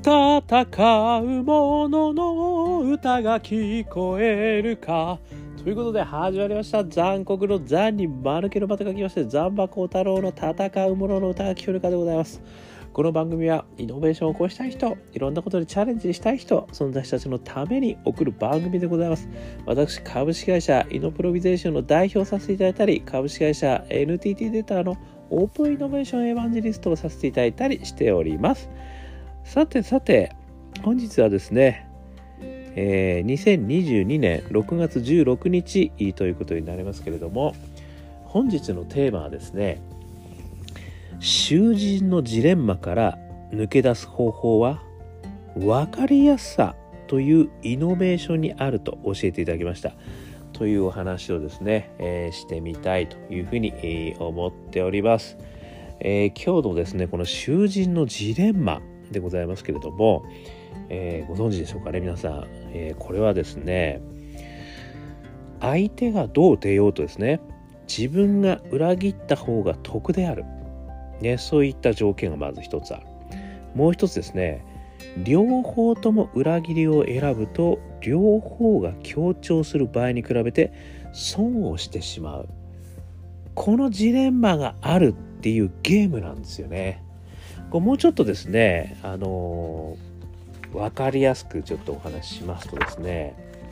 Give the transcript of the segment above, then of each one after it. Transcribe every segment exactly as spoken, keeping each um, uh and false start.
戦う者の歌が聞こえるか。ということで始まりました。残酷の残に間抜けのまた書きまして、残馬孝太郎の戦う者の歌が聞こえるかでございます。この番組はイノベーションを起こしたい人、いろんなことにチャレンジしたい人、その人たちのために送る番組でございます。私、株式会社イノプロビゼーションの代表をさせていただいたり、株式会社 エヌティーティー データのオープンイノベーションエヴァンジェリストをさせていただいたりしております。さてさて、本日はですね、えー、にせんにじゅうにねんろくがつじゅうろくにちということになりますけれども、本日のテーマはですね、囚人のジレンマから抜け出す方法は分かりやすさというイノベーションにあると教えていただきましたというお話をですね、えー、してみたいというふうに、えー、思っております。えー、今日のですね、この囚人のジレンマでございますけれども、えー、ご存知でしょうかね皆さん、えー、これはですね、相手がどう出ようとですね、自分が裏切った方が得である、ね、そういった条件がまず一つある。もう一つですね、両方とも裏切りを選ぶと両方が強調する場合に比べて損をしてしまう、このジレンマがあるっていうゲームなんですよね。こうもうちょっとですね、あのー、分かりやすくちょっとお話ししますとですね、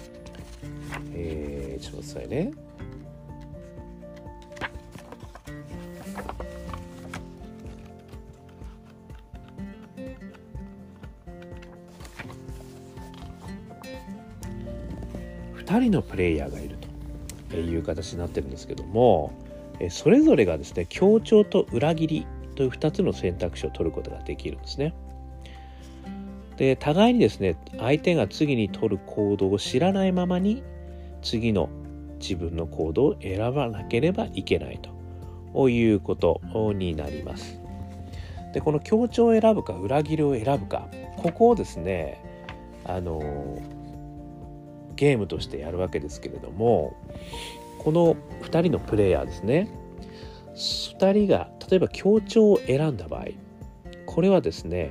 えー、ちょっと待ってくださいね。ふたりのプレイヤーがいるという形になってるんですけども、それぞれがですね、協調と裏切りというふたつの選択肢を取ることができるんですね。で、互いにですね、相手が次に取る行動を知らないままに次の自分の行動を選ばなければいけないということになります。で、この協調を選ぶか裏切りを選ぶか、ここをですね、あのゲームとしてやるわけですけれども、このふたりのプレイヤーですね、ふたりが例えば協調を選んだ場合、これはですね、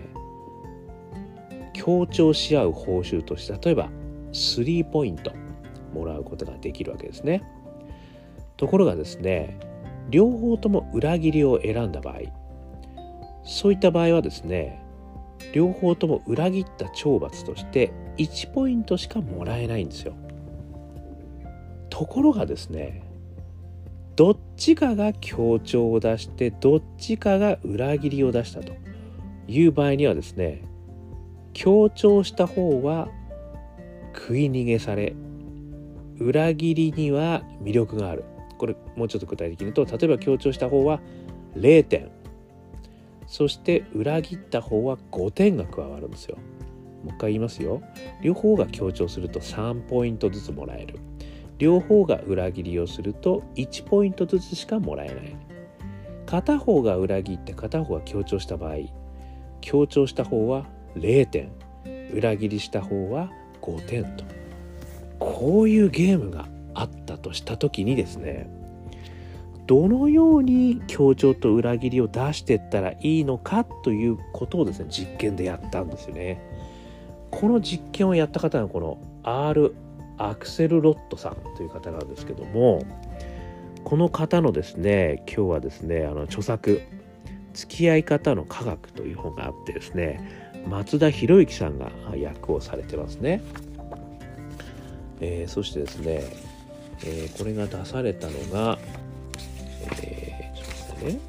協調し合う報酬として例えばスリーポイントもらうことができるわけですね。ところがですね、両方とも裏切りを選んだ場合、そういった場合はですね、両方とも裏切った懲罰としていちポイントしかもらえないんですよ。ところがですね、どっちかが協調を出してどっちかが裏切りを出したという場合にはですね、協調した方は食い逃げされ、裏切りには魅力がある。これもうちょっと具体的に言うと、例えば協調した方はれいてん、そして裏切った方はごてんが加わるんですよ。もう一回言いますよ。両方が協調するとさんポイントずつもらえる。両方が裏切りをするといちポイントずつしかもらえない。片方が裏切って片方が協調した場合、協調した方はれいてん、裏切りした方はごてんと、こういうゲームがあったとしたときにですね、どのように協調と裏切りを出していったらいいのかということをですね、実験でやったんですよね。この実験をやった方がこの R アクセルロットさんという方なんですけども、この方のですね、今日はですね、あの著作付き合い方の科学という本があってですね、松田博之さんが訳をされてますね。えー、そしてですね、えー、これが出されたのが、えー、ちょっと待ってね、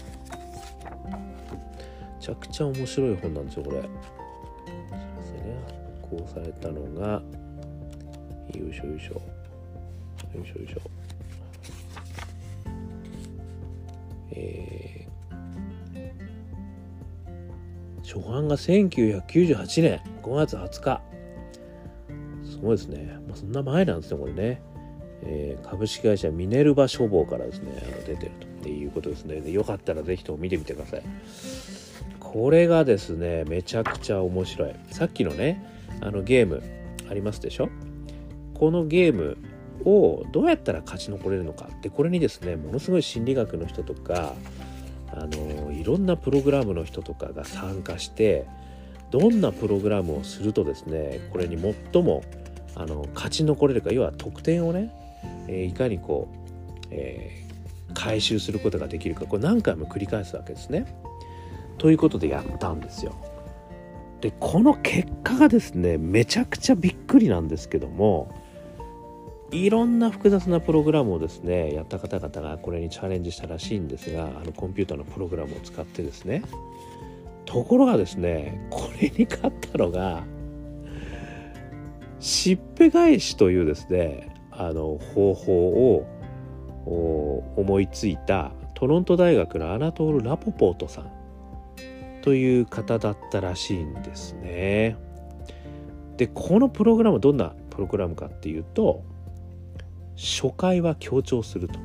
めちゃくちゃ面白い本なんですよこれ。すいませんね、こうされたのが、よいしょよいしょよいしょよいしょ、えー、初版がせんきゅうひゃくきゅうじゅうはちねんごがつはつか、すごいですね。まあ、そんな前なんですねこれね。えー、株式会社ミネルヴァ書房からですね、あの出てるということですね。で、よかったらぜひとも見てみてください。これがですね、めちゃくちゃ面白い。さっきのね、あのゲームありますでしょ。このゲームをどうやったら勝ち残れるのかって、これにですね、ものすごい心理学の人とか、あのいろんなプログラムの人とかが参加して、 どんなプログラムをするとですね、これに最もあの勝ち残れるか、要は得点をね、えー、いかにこう、えー、回収することができるか、これ何回も繰り返すわけですね。ということでやったんですよ。でこの結果がですね、めちゃくちゃびっくりなんですけども、いろんな複雑なプログラムをですねやった方々がこれにチャレンジしたらしいんですが、あのコンピューターのプログラムを使ってですね、ところがですね、これに勝ったのがしっぺ返しというですね、あの方法を思いついたトロント大学のアナトール・ラポポートさんという方だったらしいんですね。でこのプログラムはどんなプログラムかっていうと、初回は強調すると、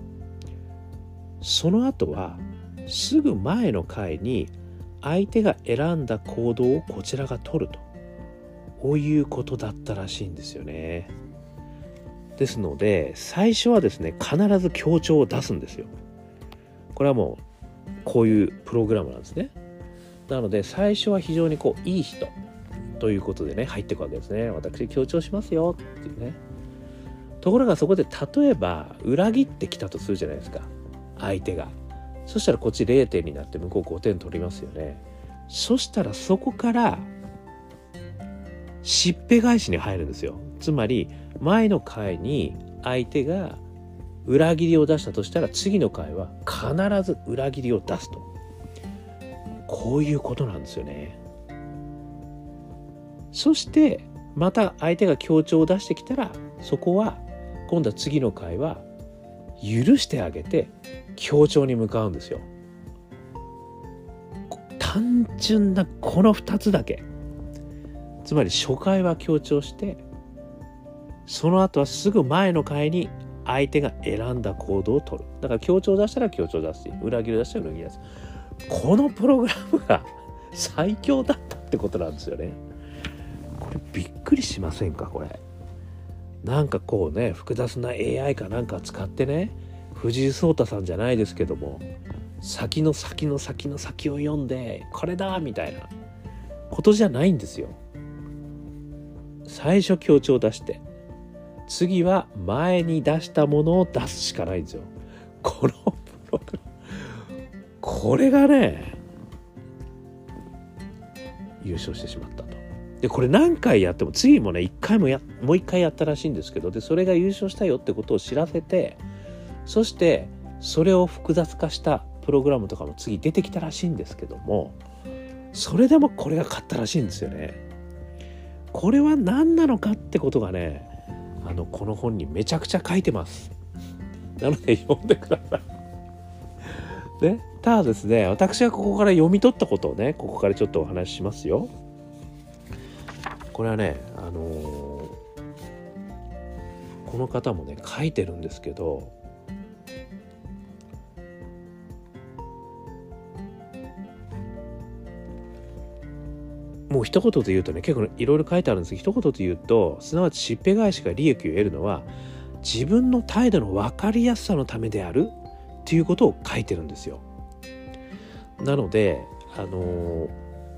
その後はすぐ前の回に相手が選んだ行動をこちらが取ると、こういうことだったらしいんですよね。ですので最初はですね必ず強調を出すんですよ。これはもうこういうプログラムなんですね。なので最初は非常にこういい人ということでね入っていくわけですね。私強調しますよっていうね。ところがそこで例えば裏切ってきたとするじゃないですか、相手が。そしたらこっちれいてんになって向こうごてん取りますよね。そしたらそこからしっぺ返しに入るんですよ。つまり前の回に相手が裏切りを出したとしたら、次の回は必ず裏切りを出すと、こういうことなんですよね。そしてまた相手が強調を出してきたら、そこは今度は次の回は許してあげて強調に向かうんですよ。単純なこのふたつだけ。つまり初回は強調して、その後はすぐ前の回に相手が選んだ行動を取る。だから強調を出したら強調を出すし、裏切りを出したら裏切りを出す。このプログラムが最強だったってことなんですよね。これびっくりしませんか？これなんかこうね、複雑な エーアイ かなんか使ってね、藤井聡太さんじゃないですけども、先の先の先の先を読んでこれだみたいなことじゃないんですよ。最初強調を出して、次は前に出したものを出すしかないんですよ。このプログラム、これがね優勝してしまったと。でこれ何回やっても、次もねいっかいもやもういっかいやったらしいんですけど、でそれが優勝したよってことを知らせて、そしてそれを複雑化したプログラムとかも次出てきたらしいんですけども、それでもこれが勝ったらしいんですよね。これは何なのかってことがね、あのこの本にめちゃくちゃ書いてます。なので読んでください。ね、ただですね、私がここから読み取ったことをね、ここからちょっとお話ししますよ。これはね、あのー、この方もね書いてるんですけど、もう一言で言うとね、結構いろいろ書いてあるんですけど、一言で言うと、すなわちしっぺ返しが利益を得るのは自分の態度の分かりやすさのためであるっていうことを書いてるんですよ。なのであのー、こ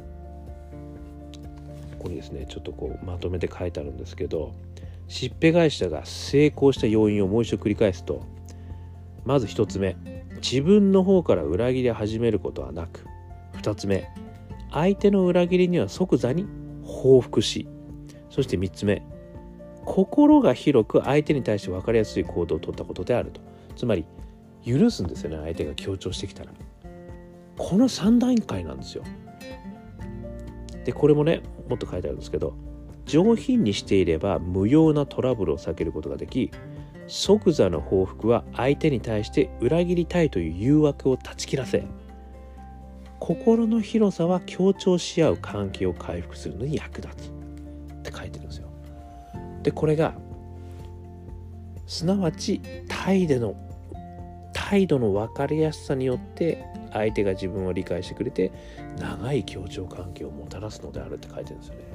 こにですねちょっとこうまとめて書いてあるんですけど、しっぺ返しが成功した要因をもう一度繰り返すと、まず一つ目、自分の方から裏切りを始めることはなく、二つ目、相手の裏切りには即座に報復し、そして三つ目、心が広く相手に対して分かりやすい行動を取ったことであると。つまり許すんですよね、相手が強調してきたら。このさん段階なんですよ。でこれもねもっと書いてあるんですけど、上品にしていれば無用なトラブルを避けることができ、即座の報復は相手に対して裏切りたいという誘惑を断ち切らせ、心の広さは協調し合う関係を回復するのに役立つって書いてるんですよ。でこれがすなわち態度の態度の分かりやすさによって相手が自分を理解してくれて長い協調関係をもたらすのであるって書いてるんですよね。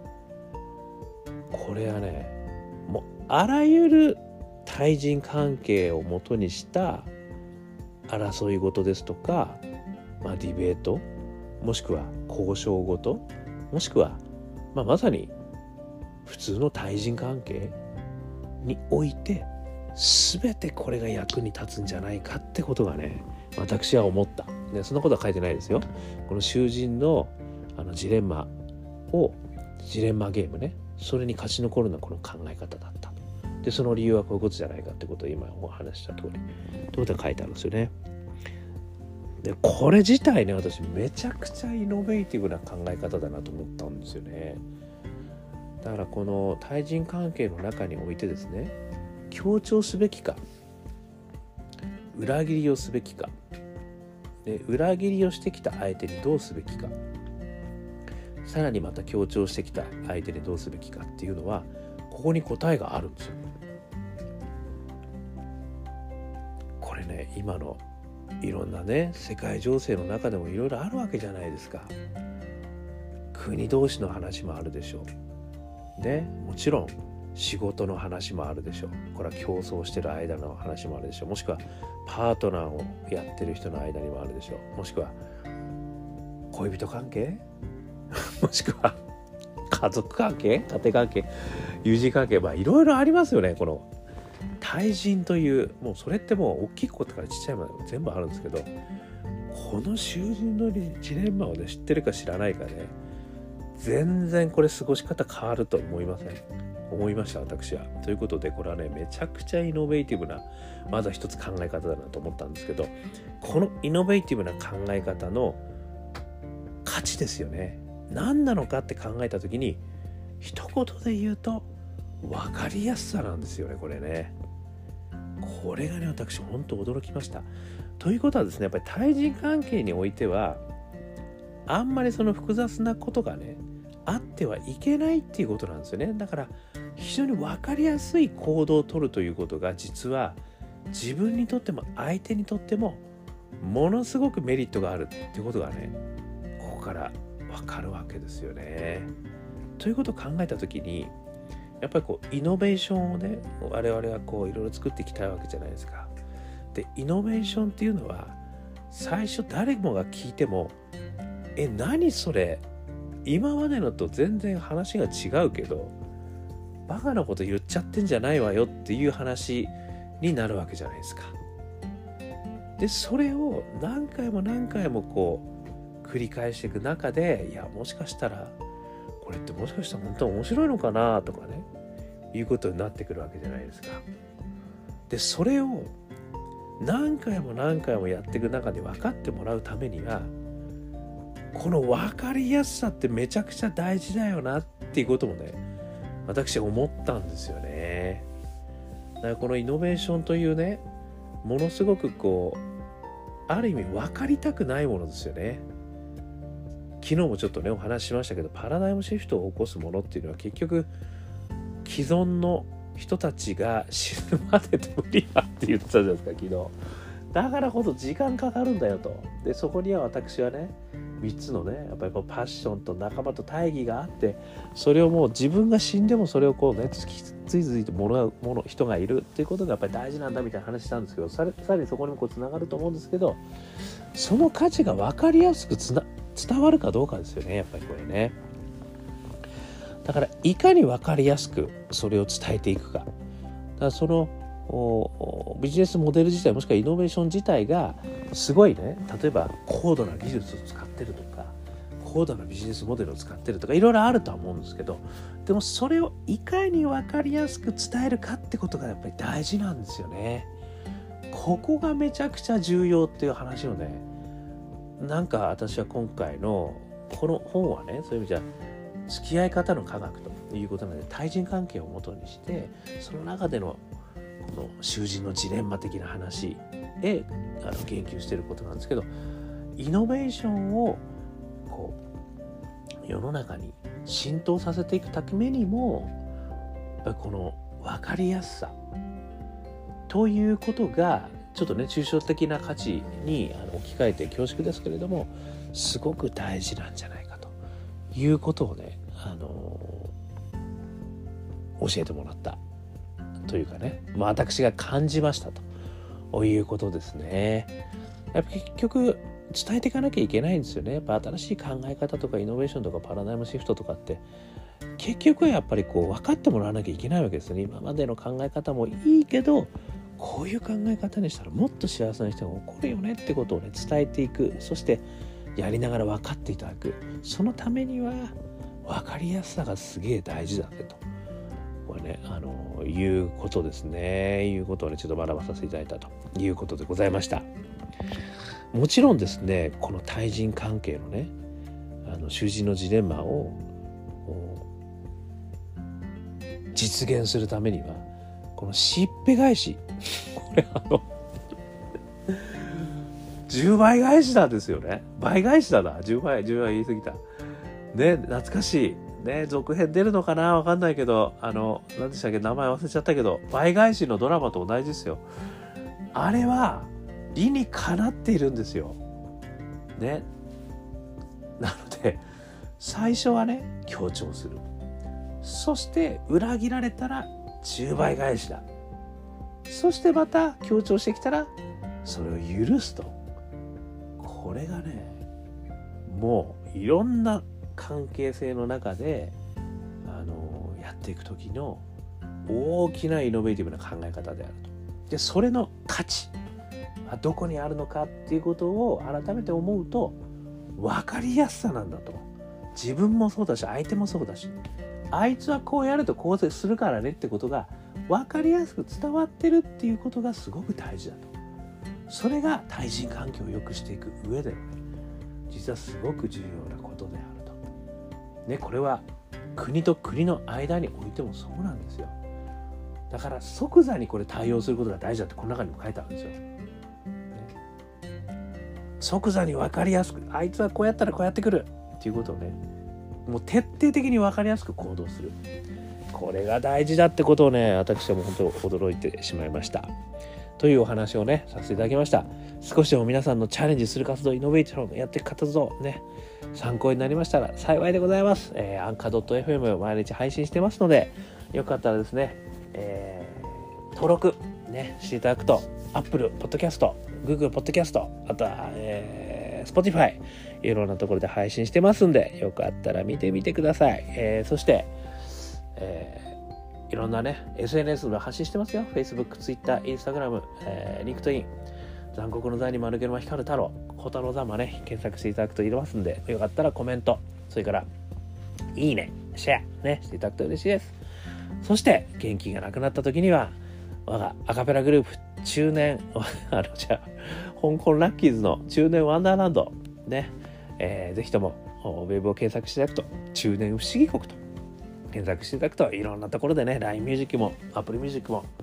これはね、もうあらゆる対人関係をもとにした争い事ですとか、まあ、ディベートもしくは交渉事、 もしくは、まあ、まさに普通の対人関係において全てこれが役に立つんじゃないかってことがね、私は思った。でそんなことは書いてないですよ。この囚人のあのジレンマをジレンマゲームね、それに勝ち残るのはこの考え方だった。でその理由はこういうことじゃないかってことを今お話した通りということが書いてあるんですよね。でこれ自体ね、私めちゃくちゃイノベーティブな考え方だなと思ったんですよね。だからこの対人関係の中においてですね、強調すべきか裏切りをすべきかで、裏切りをしてきた相手にどうすべきか、さらにまた強調してきた相手にどうすべきかっていうのは、ここに答えがあるんですよ。これね、今のいろんなね世界情勢の中でもいろいろあるわけじゃないですか。国同士の話もあるでしょうね。もちろん仕事の話もあるでしょう。これは競争してる間の話もあるでしょう。もしくはパートナーをやってる人の間にもあるでしょう。もしくは恋人関係もしくは家族関係、家庭関係、友人関係、まあいろいろありますよね。この対人という、もうそれってもう大きいことからちっちゃいまで全部あるんですけど、この囚人のジレンマをね知ってるか知らないかね、全然これ過ごし方変わると思いません思いました私は。ということでこれはねめちゃくちゃイノベーティブなまずは一つ考え方だなと思ったんですけど、このイノベーティブな考え方の価値ですよね。何なのかって考えた時に一言で言うと分かりやすさなんですよね。これねこれがね私本当驚きました。ということはですね、やっぱり対人関係においてはあんまりその複雑なことがねあってはいけないっていうことなんですよね。だから非常に分かりやすい行動を取るということが実は自分にとっても相手にとってもものすごくメリットがあるっていうことがねここから分かるわけですよね。ということを考えたときにやっぱりこうイノベーションをね我々はこういろいろ作っていきたいわけじゃないですか。でイノベーションっていうのは最初誰もが聞いてもえ何それ今までのと全然話が違うけどバカなこと言っちゃってんじゃないわよっていう話になるわけじゃないですか。でそれを何回も何回もこう繰り返していく中でいやもしかしたらこれってもしかしたら本当は面白いのかなとかねいうことになってくるわけじゃないですか。でそれを何回も何回もやっていく中で分かってもらうためにはこの分かりやすさってめちゃくちゃ大事だよなっていうこともね私は思ったんですよね。だからこのイノベーションというねものすごくこうある意味分かりたくないものですよね。昨日もちょっとねお話ししましたけどパラダイムシフトを起こすものっていうのは結局既存の人たちが死ぬまで無理だって言ってたじゃないですか昨日。だからこそ時間かかるんだよと。でそこには私はねみっつのねやっぱりこうパッションと仲間と大義があってそれをもう自分が死んでもそれをこうねつきついついてもらうもの人がいるっていうことがやっぱり大事なんだみたいな話したんですけどさらにそこにもこうつながると思うんですけどその価値が分かりやすくつな伝わるかどうかですよねやっぱりこれね。だからいかに分かりやすくそれを伝えていくか。だからそのビジネスモデル自体もしくはイノベーション自体がすごいね例えば高度な技術を使ってるとか高度なビジネスモデルを使ってるとかいろいろあるとは思うんですけどでもそれをいかに分かりやすく伝えるかってことがやっぱり大事なんですよね。ここがめちゃくちゃ重要っていう話をねなんか私は今回のこの本はねそういう意味じゃ付き合い方の科学ということなので対人関係をもとにしてその中でのこの囚人のジレンマ的な話へあの言及していることなんですけどイノベーションをこう世の中に浸透させていくためにもやっぱりこの分かりやすさということがちょっとね抽象的な価値にあの置き換えて恐縮ですけれどもすごく大事なんじゃないかということをね、あのー、教えてもらったというかね、まあ、私が感じましたということですね。やっぱ結局伝えていかなきゃいけないんですよね。やっぱ新しい考え方とかイノベーションとかパラダイムシフトとかって結局はやっぱりこう分かってもらわなきゃいけないわけですよね。今までの考え方もいいけど、こういう考え方にしたらもっと幸せな人が起こるよねってことをね伝えていく。そしてやりながら分かっていただく。そのためには分かりやすさがすげえ大事だねと、これねあのいうことですね。いうことをねちょっと学ばさせていただいたということでございました。もちろんですね、この対人関係のねあの囚人のジレンマを実現するためにはこのしっぺ返しこれあのじゅうばい返しなんですよね。倍返しだな。じゅうばいじゅうばい言い過ぎたね。懐かしいね。続編出るのかなわかんないけど、あの何でしたっけ、名前忘れちゃったけど、倍返しのドラマと同じですよ。あれは理にかなっているんですよね。なので最初はね強調する、そして裏切られたらじゅうばい返しだ、そしてまた強調してきたらそれを許すと。これがねもういろんな関係性の中であのやっていく時の大きなイノベーティブな考え方であると。でそれの価値どこにあるのかっていうことを改めて思うと分かりやすさなんだと。自分もそうだし相手もそうだし、あいつはこうやるとこうするからねってことが分かりやすく伝わってるっていうことがすごく大事だと。それが対人関係を良くしていく上でのね実はすごく重要なことであるとね。これは国と国の間においてもそうなんですよ。だから即座にこれ対応することが大事だってこの中にも書いてあるんですよ。即座に分かりやすく、あいつはこうやったらこうやってくるっていうことをねもう徹底的に分かりやすく行動する。これが大事だってことをね私はもう本当驚いてしまいましたというお話をねさせていただきました。少しでも皆さんのチャレンジする活動、イノベーションやっていく活動ね参考になりましたら幸いでございます。えー、アンカー .fm を毎日配信してますので、よかったらですね、えー、登録ねしていただくと Apple Podcast、Google Podcast、あとは、えー、Spotify いろんなところで配信してますんで、よかったら見てみてください。えー、そして、えー、いろんなね エスエヌエス で発信してますよ。 Facebook、Twitter、Instagram、えー、LinkedIn、残酷の座に丸ゲルマ光る太郎、小太郎ざまね検索していただくといれますんで、よかったらコメント、それからいいね、シェアねしていただくと嬉しいです。そして元気がなくなった時には我がアカペラグループ中年あのじゃあ香港ラッキーズの中年ワンダーランドね、えー、ぜひともウェブを検索していただくと中年不思議国と検索していただくといろんなところでね ライン ミュージックも Apple ミュージックも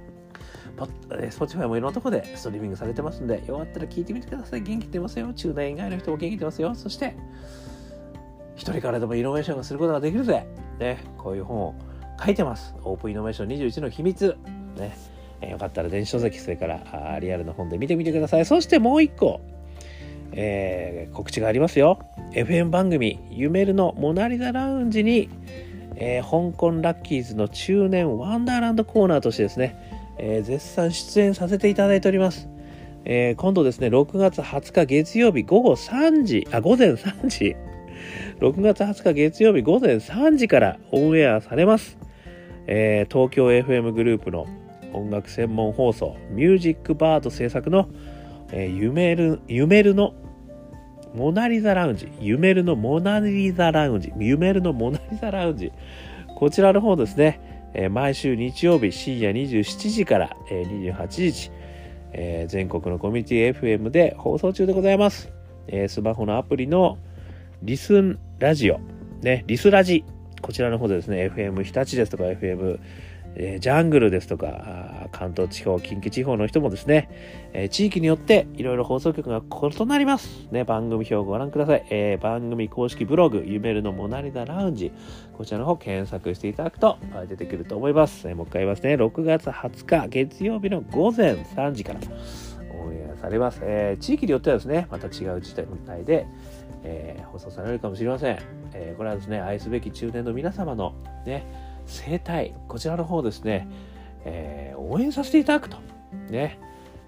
Spotify もいろんなところでストリーミングされてますんで、よかったら聞いてみてください。元気出ますよ。中年以外の人も元気出ますよ。そして一人からでもイノベーションがすることができるぜね、こういう本を書いてます。オープンイノベーションにじゅういちの秘密ね、えー、よかったら電子書籍、それからリアルの本で見てみてください。そしてもう一個、えー、告知がありますよ。 エフエム 番組ゆめるのモナリザラウンジに、えー、香港ラッキーズの中年ワンダーランドコーナーとしてですね、えー、絶賛出演させていただいております。えー、今度ですねろくがつはつか月曜日午後さんじあ午前さんじろくがつはつか月曜日午前さんじからオンエアされます。えー、東京 エフエム グループの音楽専門放送ミュージックバード制作の、えー、ゆめるゆめるのモナリザラウンジゆめるのモナリザラウンジゆめるのモナリザラウンジ、こちらの方ですね、えー、毎週日曜日深夜にじゅうしちじから、えー、にじゅうはちじ、えー、全国のコミュニティ エフエム で放送中でございます。えー、スマホのアプリのリスンラジオねリスラジ、こちらの方でですね エフエム 日立ですとか エフエム、えー、ジャングルですとか関東地方近畿地方の人もですね、えー、地域によっていろいろ放送局が異なりますね。番組表をご覧ください。えー、番組公式ブログゆめるのモナリザラウンジ、こちらの方検索していただくと出てくると思います。えー、もう一回言いますね。ろくがつはつか月曜日の午前さんじからオンエアされます。えー、地域によってはですねまた違う時帯でえー、放送されるかもしれません。えー、これはですね愛すべき中年の皆様のね生態、こちらの方ですね、えー、応援させていただくとね、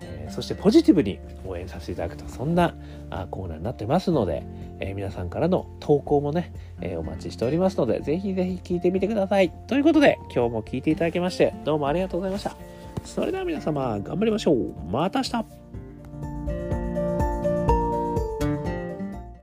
えー、そしてポジティブに応援させていただくと、そんなあコーナーになってますので、えー、皆さんからの投稿もね、えー、お待ちしておりますので、ぜひぜひ聞いてみてください。ということで、今日も聞いていただきましてどうもありがとうございました。それでは皆様頑張りましょう。また明日。